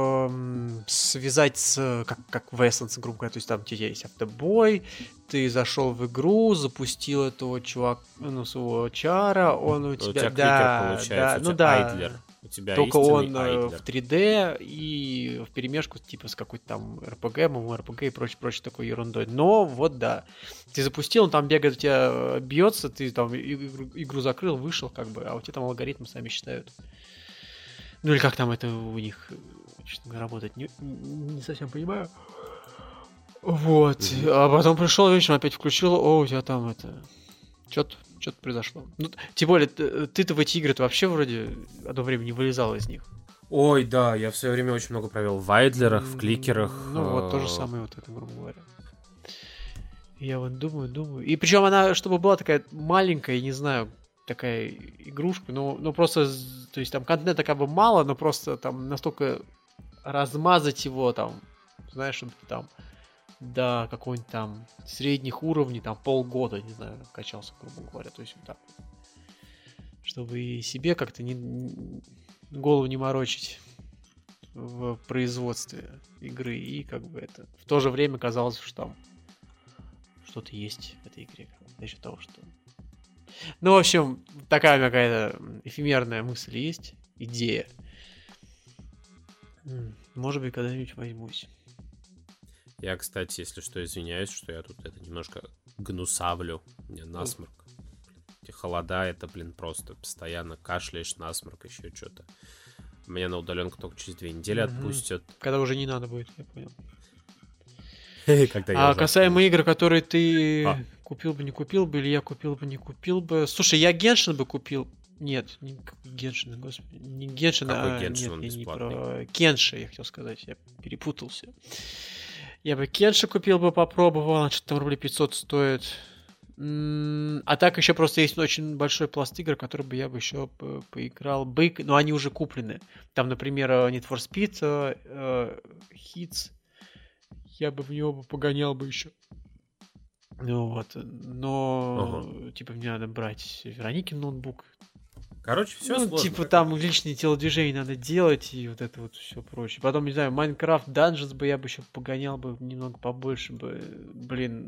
Speaker 2: связать с, как, как в Essence, грубо говоря, то есть там у тебя есть автобой, ты зашел в игру, запустил этого чувака, ну, своего чара, он у
Speaker 3: У
Speaker 2: тебя,
Speaker 3: тебя кликер
Speaker 2: да,
Speaker 3: получается,
Speaker 2: да,
Speaker 3: у
Speaker 2: ну
Speaker 3: тебя
Speaker 2: да,
Speaker 3: айдлер. У тебя
Speaker 2: только
Speaker 3: истинный
Speaker 2: он э,
Speaker 3: айдлер.
Speaker 2: в три дэ и в перемешку типа с какой-то там эр пи джи, ММО-эр пи джи и прочей, прочей такой ерундой. Но вот да, ты запустил, он там бегает, у тебя э, бьется, ты там игру, игру закрыл, вышел как бы, а у тебя там алгоритмы сами считают. Ну или как там это у них, честно говоря, работает, не, не совсем понимаю. Вот,
Speaker 3: Мгм.
Speaker 2: а потом пришел вечером, опять включил, о, у тебя там это, что-то что-то произошло. Ну, тем более, ты- ты-то в эти игры вообще вроде одно время не вылезал из них.
Speaker 3: Ой, да, я в свое время очень много провел в айдлерах, в кликерах.
Speaker 2: Ну вот, то же
Speaker 3: э,
Speaker 2: самое вот это, грубо говоря. Я вот думаю, думаю. И причем она, чтобы была такая маленькая, не знаю, такая игрушка, ну, ну просто, з- то есть там контента как бы мало, но просто там настолько размазать его там, знаешь, чтобы ты там до какой-нибудь там средних уровней, там полгода, не знаю, качался, грубо говоря, то есть вот так вот. Чтобы и себе как-то не, не- голову не морочить в производстве игры, и как бы это в то же время казалось, что там что-то есть в этой игре, за счет того, что... Ну, в общем, такая какая-то эфемерная мысль есть, идея. М, Может быть, когда-нибудь возьмусь.
Speaker 3: Я, кстати, если что, извиняюсь, что я тут это немножко гнусавлю. У меня насморк. эти холода, это, блин, просто постоянно кашляешь, насморк, еще что-то. Меня на удаленку только через две недели mm-hmm. отпустят.
Speaker 2: Когда уже не надо будет, я понял.
Speaker 3: Когда
Speaker 2: а касаемо игр, которые ты
Speaker 3: а.
Speaker 2: купил бы, не купил бы, или я купил бы, не купил бы. Слушай, я Геншин бы купил. Нет, не Геншин, господи. Не Геншин,
Speaker 3: Какой
Speaker 2: а
Speaker 3: Геншин,
Speaker 2: нет,
Speaker 3: он
Speaker 2: я не
Speaker 3: бесплатный?
Speaker 2: про Кенши, я хотел сказать, я перепутался. Я бы Кенши купил бы, попробовал, что там рублей пятьсот стоит. А так еще просто есть очень большой пласт игр, которые бы я бы еще по- поиграл бы, но они уже куплены. Там, например, Need for Speed, uh, Hits, я бы в него бы погонял бы еще. Ну вот, но ага. типа мне надо брать Вероникин ноутбук.
Speaker 3: Короче, все
Speaker 2: ну,
Speaker 3: сложно.
Speaker 2: Типа там лишние телодвижения надо делать и вот это вот все прочее. Потом, не знаю, Minecraft Dungeons бы я бы еще погонял бы немного побольше бы. Блин.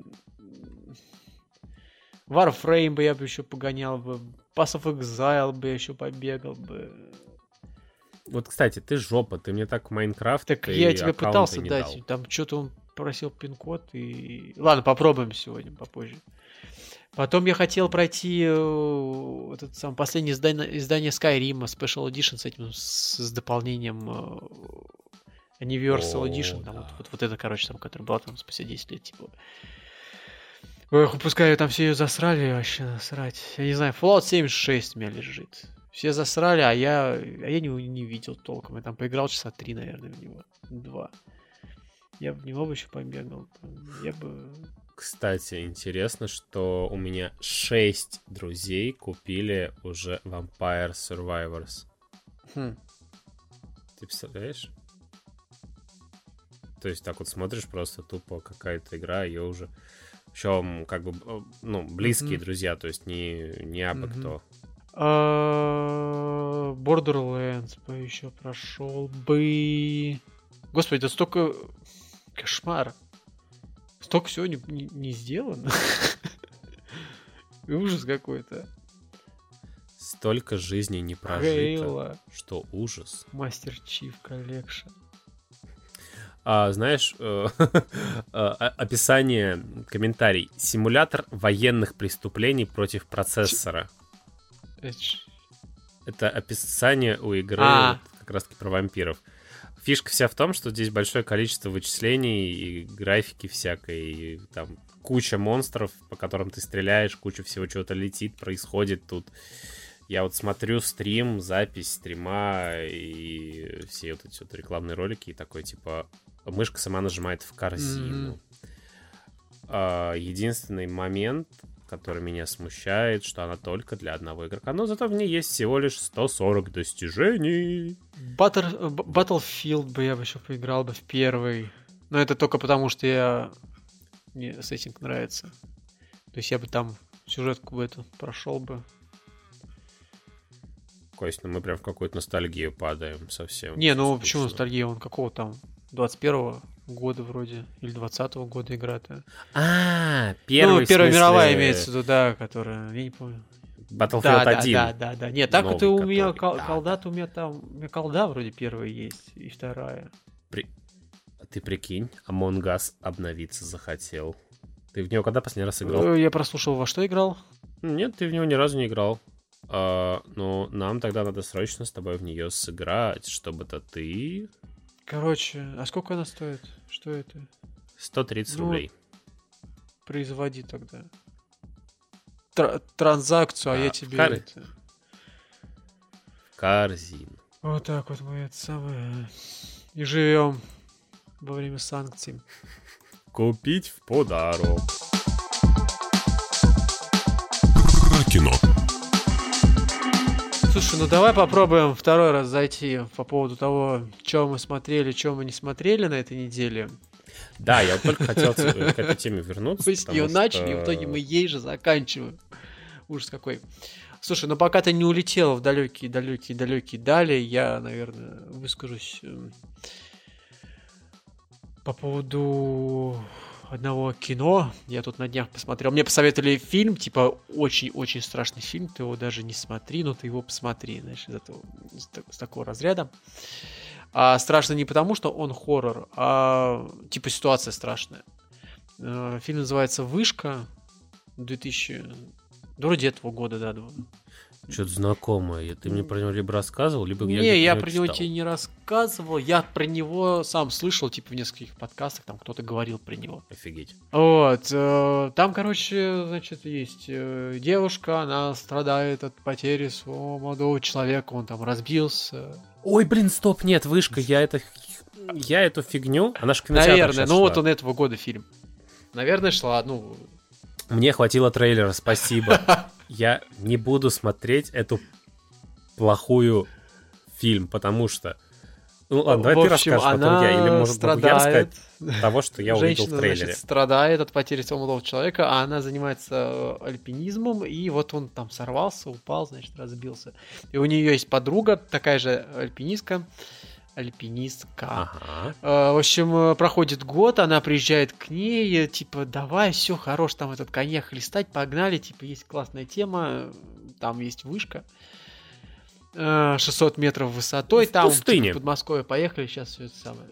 Speaker 2: Warframe бы я бы еще погонял бы. Pass of Exile бы я еще побегал бы.
Speaker 3: Вот, кстати, ты жопа, ты мне так Майнкрафт.
Speaker 2: Так я тебе пытался дать. Дал. Там что-то он просил пин-код и. Ладно, попробуем сегодня, попозже. Потом я хотел пройти э, этот сам последнее издание, издание Skyrim, Special Edition с этим, с, с дополнением э, Universal О, Edition. Там, да. вот, вот, вот это, короче, там, который был там спустя десять лет, типа. Ох, пускай там все ее засрали, вообще насрать. Я не знаю, Fallout семьдесят шесть у меня лежит. Все засрали, а я, а я не, не видел толком. Я там поиграл часа три, наверное, в него. Два. Я в него бы еще побегал. Я бы...
Speaker 3: Кстати, интересно, что у меня шесть друзей купили уже Vampire Survivors.
Speaker 2: Хм.
Speaker 3: Ты представляешь? То есть так вот смотришь, просто тупо какая-то игра, ее уже... Причем, как бы, ну, близкие mm-hmm. друзья, то есть не, не абы mm-hmm. кто.
Speaker 2: Uh, Borderlands бы еще прошел бы... Господи, да столько... Кошмар. Столько всего не, не, не сделано. Ужас какой-то.
Speaker 3: Столько жизней не прожито, Хейла. Что ужас.
Speaker 2: Master Chief Collection.
Speaker 3: А, знаешь, описание, комментарий. Симулятор военных преступлений против процессора. Это описание у игры вот, как раз-таки про вампиров. Фишка вся в том, что здесь большое количество вычислений и графики всякой, и там куча монстров, по которым ты стреляешь, куча всего чего-то летит, происходит тут. Я вот смотрю стрим, запись стрима и все вот эти вот рекламные ролики, и такой типа мышка сама нажимает в корзину. Mm-hmm. А, единственный момент, который меня смущает, что она только для одного игрока, но зато в ней есть всего лишь сто сорок достижений.
Speaker 2: Butter, Battlefield бы я бы еще поиграл бы в первый. Но это только потому, что я... мне сеттинг нравится. То есть я бы там сюжетку бы эту прошел бы.
Speaker 3: Кость, ну мы прям в какую-то ностальгию падаем совсем.
Speaker 2: Не, ну почему ностальгия? Он какого там? двадцать первого года вроде. Или двадцатого года игра-то.
Speaker 3: А, первый,
Speaker 2: ну, Первая смысле... мировая имеется в виду, да, которая... Я не помню.
Speaker 3: Battlefield
Speaker 2: да,
Speaker 3: один.
Speaker 2: Да, да, да, да. Нет, так
Speaker 3: Новый,
Speaker 2: это у меня
Speaker 3: который...
Speaker 2: кол- колда-то у меня там... У меня колда вроде первая есть, и вторая.
Speaker 3: При... Ты прикинь, Among Us обновиться захотел. Ты в него когда последний раз играл?
Speaker 2: Я прослушал, во что играл?
Speaker 3: Нет, ты в него ни разу не играл. А, ну, нам тогда надо срочно с тобой в нее сыграть, чтобы-то ты...
Speaker 2: Короче, а сколько она стоит? Что это?
Speaker 3: сто тридцать
Speaker 2: ну,
Speaker 3: рублей.
Speaker 2: Производи тогда. Тр- транзакцию, а, а я тебе
Speaker 3: кар...
Speaker 2: это...
Speaker 3: Корзин.
Speaker 2: Вот так вот мы это самое... И живем во время санкций.
Speaker 3: Купить в подарок.
Speaker 1: Кино.
Speaker 2: Слушай, ну давай попробуем второй раз зайти по поводу того, что мы смотрели, что мы не смотрели на этой неделе.
Speaker 3: Да, я вот только хотел к этой теме вернуться.
Speaker 2: Мы с нее начали, и в итоге мы ей же заканчиваем. Ужас какой. Слушай, ну пока ты не улетела в далекие-далекие-далекие дали, я, наверное, выскажусь по поводу одного кино. Я тут на днях посмотрел. Мне посоветовали фильм, типа, очень-очень страшный фильм. Ты его даже не смотри, но ты его посмотри, знаешь, из этого, из, из такого разряда. А страшно не потому, что он хоррор, а типа ситуация страшная. Фильм называется «Вышка», две тысячи Да, вроде этого года, да.
Speaker 3: Что-то знакомое. Ты мне про него либо рассказывал, либо
Speaker 2: не,
Speaker 3: я
Speaker 2: Не, я
Speaker 3: про
Speaker 2: про него тебе не рассказывал. Я про него сам слышал, типа, в нескольких подкастах, там кто-то говорил про него.
Speaker 3: Офигеть.
Speaker 2: Вот. Э, там, короче, значит, есть э, девушка, она страдает от потери своего молодого человека, он там разбился.
Speaker 3: Ой, блин, стоп, нет, вышка, я это... Я эту фигню, она же в кинотеатре
Speaker 2: Наверное, ну
Speaker 3: шла.
Speaker 2: вот он этого года фильм. Наверное, шла, ну...
Speaker 3: Мне хватило трейлера, спасибо. Я не буду смотреть эту плохую фильм, потому что... Ну ладно, давай
Speaker 2: в
Speaker 3: ты
Speaker 2: общем,
Speaker 3: расскажешь, потом я. Или, может, могу я рассказать того, что я увидел в
Speaker 2: Женщина,
Speaker 3: трейлере.
Speaker 2: значит, страдает от потери своего молодого человека, а она занимается альпинизмом, и вот он там сорвался, упал, значит, разбился. И у нее есть подруга, такая же альпинистка, альпинистка.
Speaker 3: Ага.
Speaker 2: В общем, проходит год, она приезжает к ней, типа, давай, все, хорош там этот коньяк хлестать, погнали, типа, есть классная тема, там есть вышка. шестьсот метров высотой,
Speaker 3: в
Speaker 2: там
Speaker 3: пустыне.
Speaker 2: Типа, в Подмосковье поехали, сейчас все это самое.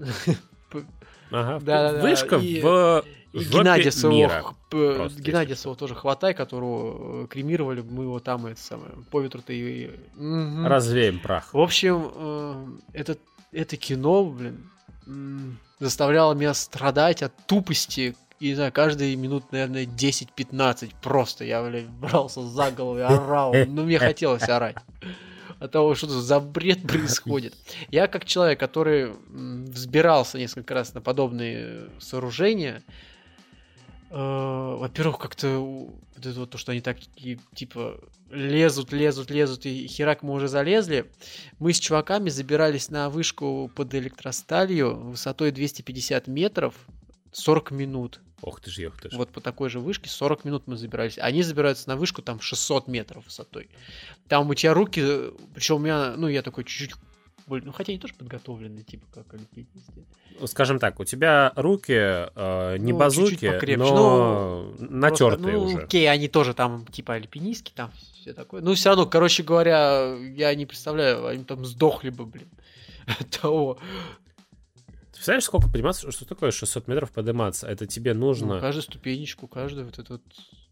Speaker 3: Ага.
Speaker 2: Да, да,
Speaker 3: Вышка
Speaker 2: и,
Speaker 3: в
Speaker 2: и
Speaker 3: жопе
Speaker 2: Геннадия своего,
Speaker 3: мира.
Speaker 2: п-
Speaker 3: Просто,
Speaker 2: Геннадия
Speaker 3: если
Speaker 2: своего тоже хватай, которого кремировали, мы его там это самое по ветру-то и. Мгм.
Speaker 3: Развеем прах.
Speaker 2: В общем, э, это это кино, блин, м, заставляло меня страдать от тупости. И не знаю, каждые минут, наверное, десять-пятнадцать просто я, блядь, брался за голову и орал. Ну, мне хотелось орать. От того, что за бред происходит. Я как человек, который м, взбирался несколько раз на подобные сооружения, э, во-первых, как-то вот это вот то, что они так и, типа лезут, лезут, лезут, и херак мы уже залезли. Мы с чуваками забирались на вышку под электросталью высотой двести пятьдесят метров сорок минут.
Speaker 3: Ох ты ж, ох ты ж.
Speaker 2: Вот по такой же вышке сорок минут мы забирались. Они забираются на вышку там шестьсот метров высотой. Там у тебя руки, причем у меня, ну я такой чуть-чуть, ну хотя они тоже подготовленные, типа как альпинисты.
Speaker 3: Скажем так, у тебя руки э, не
Speaker 2: Ну,
Speaker 3: базуки,
Speaker 2: чуть-чуть покрепче,
Speaker 3: но
Speaker 2: ну,
Speaker 3: натертые
Speaker 2: просто, ну,
Speaker 3: уже.
Speaker 2: Окей, они тоже там типа альпинистки, там все такое. Ну все равно, короче говоря, я не представляю, они там сдохли бы, блин, от того.
Speaker 3: Ты представляешь, сколько подниматься, что такое шестьсот метров подниматься? Это тебе нужно...
Speaker 2: Ну, каждую ступенечку, каждую вот этот...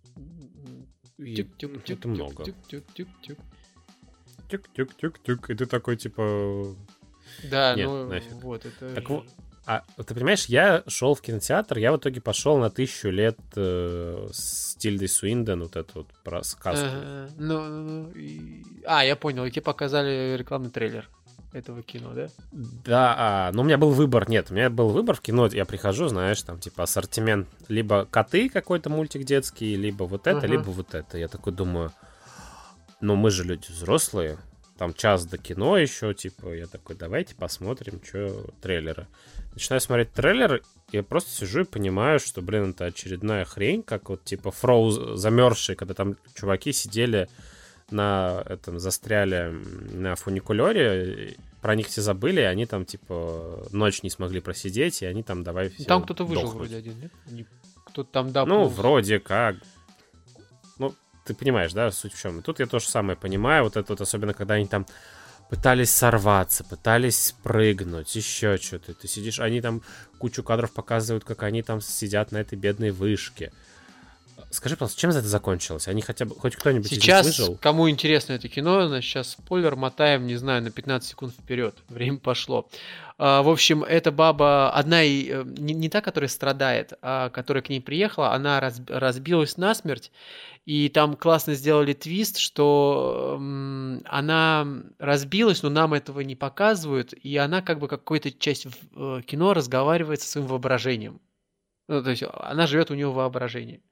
Speaker 3: И это много.
Speaker 2: Тюк-тюк-тюк-тюк-тюк.
Speaker 3: Тюк-тюк-тюк-тюк. И ты такой, типа...
Speaker 2: Да,
Speaker 3: Нет,
Speaker 2: ну
Speaker 3: нафиг.
Speaker 2: вот это...
Speaker 3: Так вот, а ты понимаешь, я шел в кинотеатр, я в итоге пошел на тысячу лет э, с Тильдой Суинден, вот эту вот про сказку.
Speaker 2: Ага, ну, ну, ну, и... А, я понял, и тебе показали рекламный трейлер этого кино, да?
Speaker 3: Да, а, но у меня был выбор, нет, у меня был выбор в кино, я прихожу, знаешь, там, типа, ассортимент, либо коты какой-то мультик детский, либо вот это,
Speaker 2: Ага.
Speaker 3: либо вот это. Я такой думаю, ну мы же люди взрослые, там час до кино еще, типа, я такой, давайте посмотрим, что трейлеры. Начинаю смотреть трейлер, я просто сижу и понимаю, что, блин, это очередная хрень, как вот, типа, Фроуз замерзший, когда там чуваки сидели на этом, застряли на фуникулере, про них все забыли, и они там, типа, ночь не смогли просидеть, и они там давай все
Speaker 2: Там кто-то выжил
Speaker 3: дохнуть.
Speaker 2: вроде один, нет? Не- Кто-то там, да,
Speaker 3: Ну,
Speaker 2: плыл.
Speaker 3: вроде как. Ну, ты понимаешь, да, суть в чем. И тут я то же самое понимаю, вот это вот, особенно, когда они там пытались сорваться, пытались спрыгнуть, еще что-то. Ты сидишь, они там кучу кадров показывают, как они там сидят на этой бедной вышке. Скажи, пожалуйста, чем это закончилось? Они хотя бы, хоть кто-нибудь
Speaker 2: Сейчас,
Speaker 3: из них выжил?
Speaker 2: кому интересно это кино, значит, сейчас спойлер мотаем, не знаю, на пятнадцать секунд вперед. Время пошло. А, в общем, эта баба, одна, и, э, не, не та, которая страдает, а которая к ней приехала, она раз- разбилась насмерть, и там классно сделали твист, что м, она разбилась, но нам этого не показывают, и она как бы какую-то часть в- э, кино разговаривает со своим воображением. Ну, то есть она живет у нее в воображении.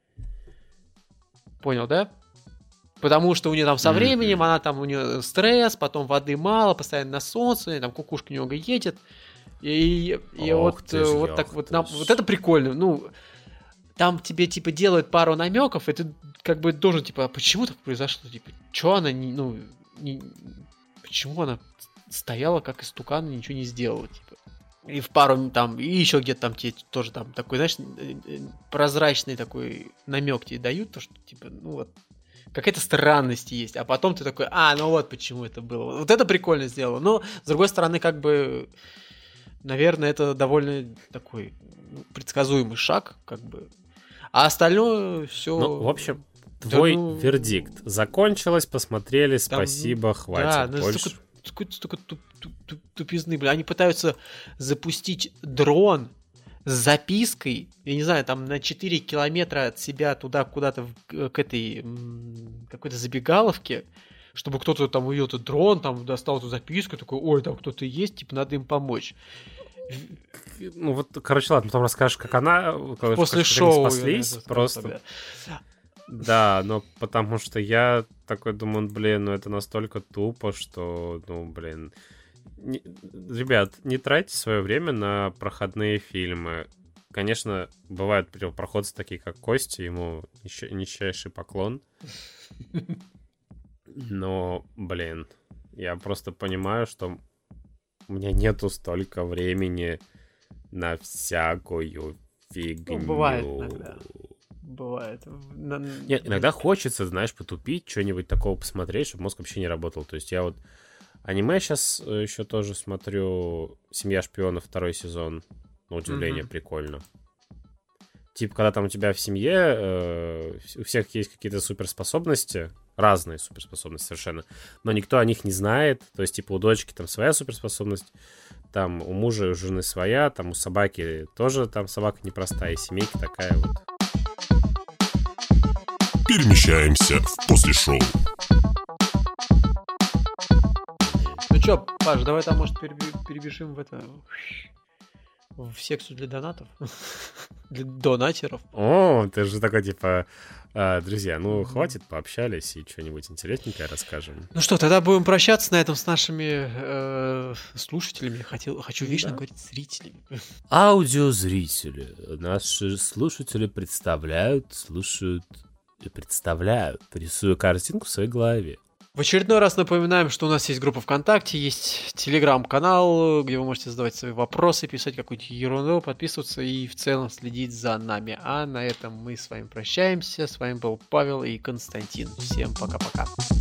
Speaker 2: Понял, да? Потому что у нее там со временем, она там, у нее стресс, потом воды мало, постоянно на солнце, там кукушка немного едет. И, и
Speaker 3: Ох
Speaker 2: вот,
Speaker 3: ты ж,
Speaker 2: вот
Speaker 3: ох
Speaker 2: так вот,
Speaker 3: ты
Speaker 2: нам,
Speaker 3: ж.
Speaker 2: вот это прикольно. Ну, там тебе типа делают пару намеков, и ты как бы должен, типа, а почему так произошло? Типа, что она не, ну, не, почему она стояла как истукан и ничего не сделала, типа. И в пару там, и еще где-то там тебе тоже там такой, знаешь, прозрачный такой намек тебе дают, то, что типа, ну вот, какая-то странность есть, а потом ты такой, а, ну вот почему это было. Вот это прикольно сделано. Но, с другой стороны, как бы, наверное, это довольно такой предсказуемый шаг, как бы. А остальное все...
Speaker 3: Ну, в общем, твой
Speaker 2: да, ну...
Speaker 3: вердикт. Закончилось, посмотрели,
Speaker 2: Там,
Speaker 3: спасибо, хватит.
Speaker 2: Да, ну
Speaker 3: больше...
Speaker 2: столько, столько, столько туп, туп, туп, тупизны, бля. Они пытаются запустить дрон с запиской, я не знаю, там на четыре километра от себя туда куда-то в, к этой какой-то забегаловке, чтобы кто-то там увидел этот дрон, там достал эту записку, такой, ой, там кто-то есть, типа, надо им помочь.
Speaker 3: Ну вот, короче, ладно, потом расскажешь, как она...
Speaker 2: После
Speaker 3: как
Speaker 2: шоу.
Speaker 3: Они спаслись, я, просто... Тогда. Да, но потому что я такой думаю, блин, ну это настолько тупо, что, ну, блин... Не... Ребят, не тратьте свое время на проходные фильмы. Конечно, бывают первопроходцы такие, как Костя, ему нищайший поклон. Но, блин, я просто понимаю, что у меня нету столько времени на всякую фигню.
Speaker 2: Ну, бывает иногда. Бывает.
Speaker 3: Нет, иногда хочется, знаешь, потупить, что-нибудь такого посмотреть, чтобы мозг вообще не работал. То есть я вот аниме сейчас еще тоже смотрю «Семья шпионов» второй сезон. На удивление, mm-hmm. прикольно. Типа, когда там у тебя в семье э, у всех есть какие-то суперспособности, разные суперспособности совершенно, но никто о них не знает. То есть, типа, у дочки там своя суперспособность, там у мужа и у жены своя, там у собаки тоже там собака непростая, и семейка такая вот.
Speaker 1: Перемещаемся в после шоу.
Speaker 2: Ну чё, Паш, давай там, может, перебежим в это... в секцию для донатов. Для донатеров.
Speaker 3: О, ты же такой, типа... А, друзья, ну, хватит, пообщались и что-нибудь интересненькое расскажем.
Speaker 2: Ну что, тогда будем прощаться на этом с нашими э, слушателями. Хотел, хочу вечно да. говорить зрителями.
Speaker 3: Аудиозрители. Наши слушатели представляют, слушают и представляют, рисуя картинку в своей голове.
Speaker 2: В очередной раз напоминаем, что у нас есть группа ВКонтакте, есть телеграм-канал, где вы можете задавать свои вопросы, писать какую-то ерунду, подписываться и в целом следить за нами. А на этом мы с вами прощаемся. С вами был Павел и Константин. Всем пока-пока.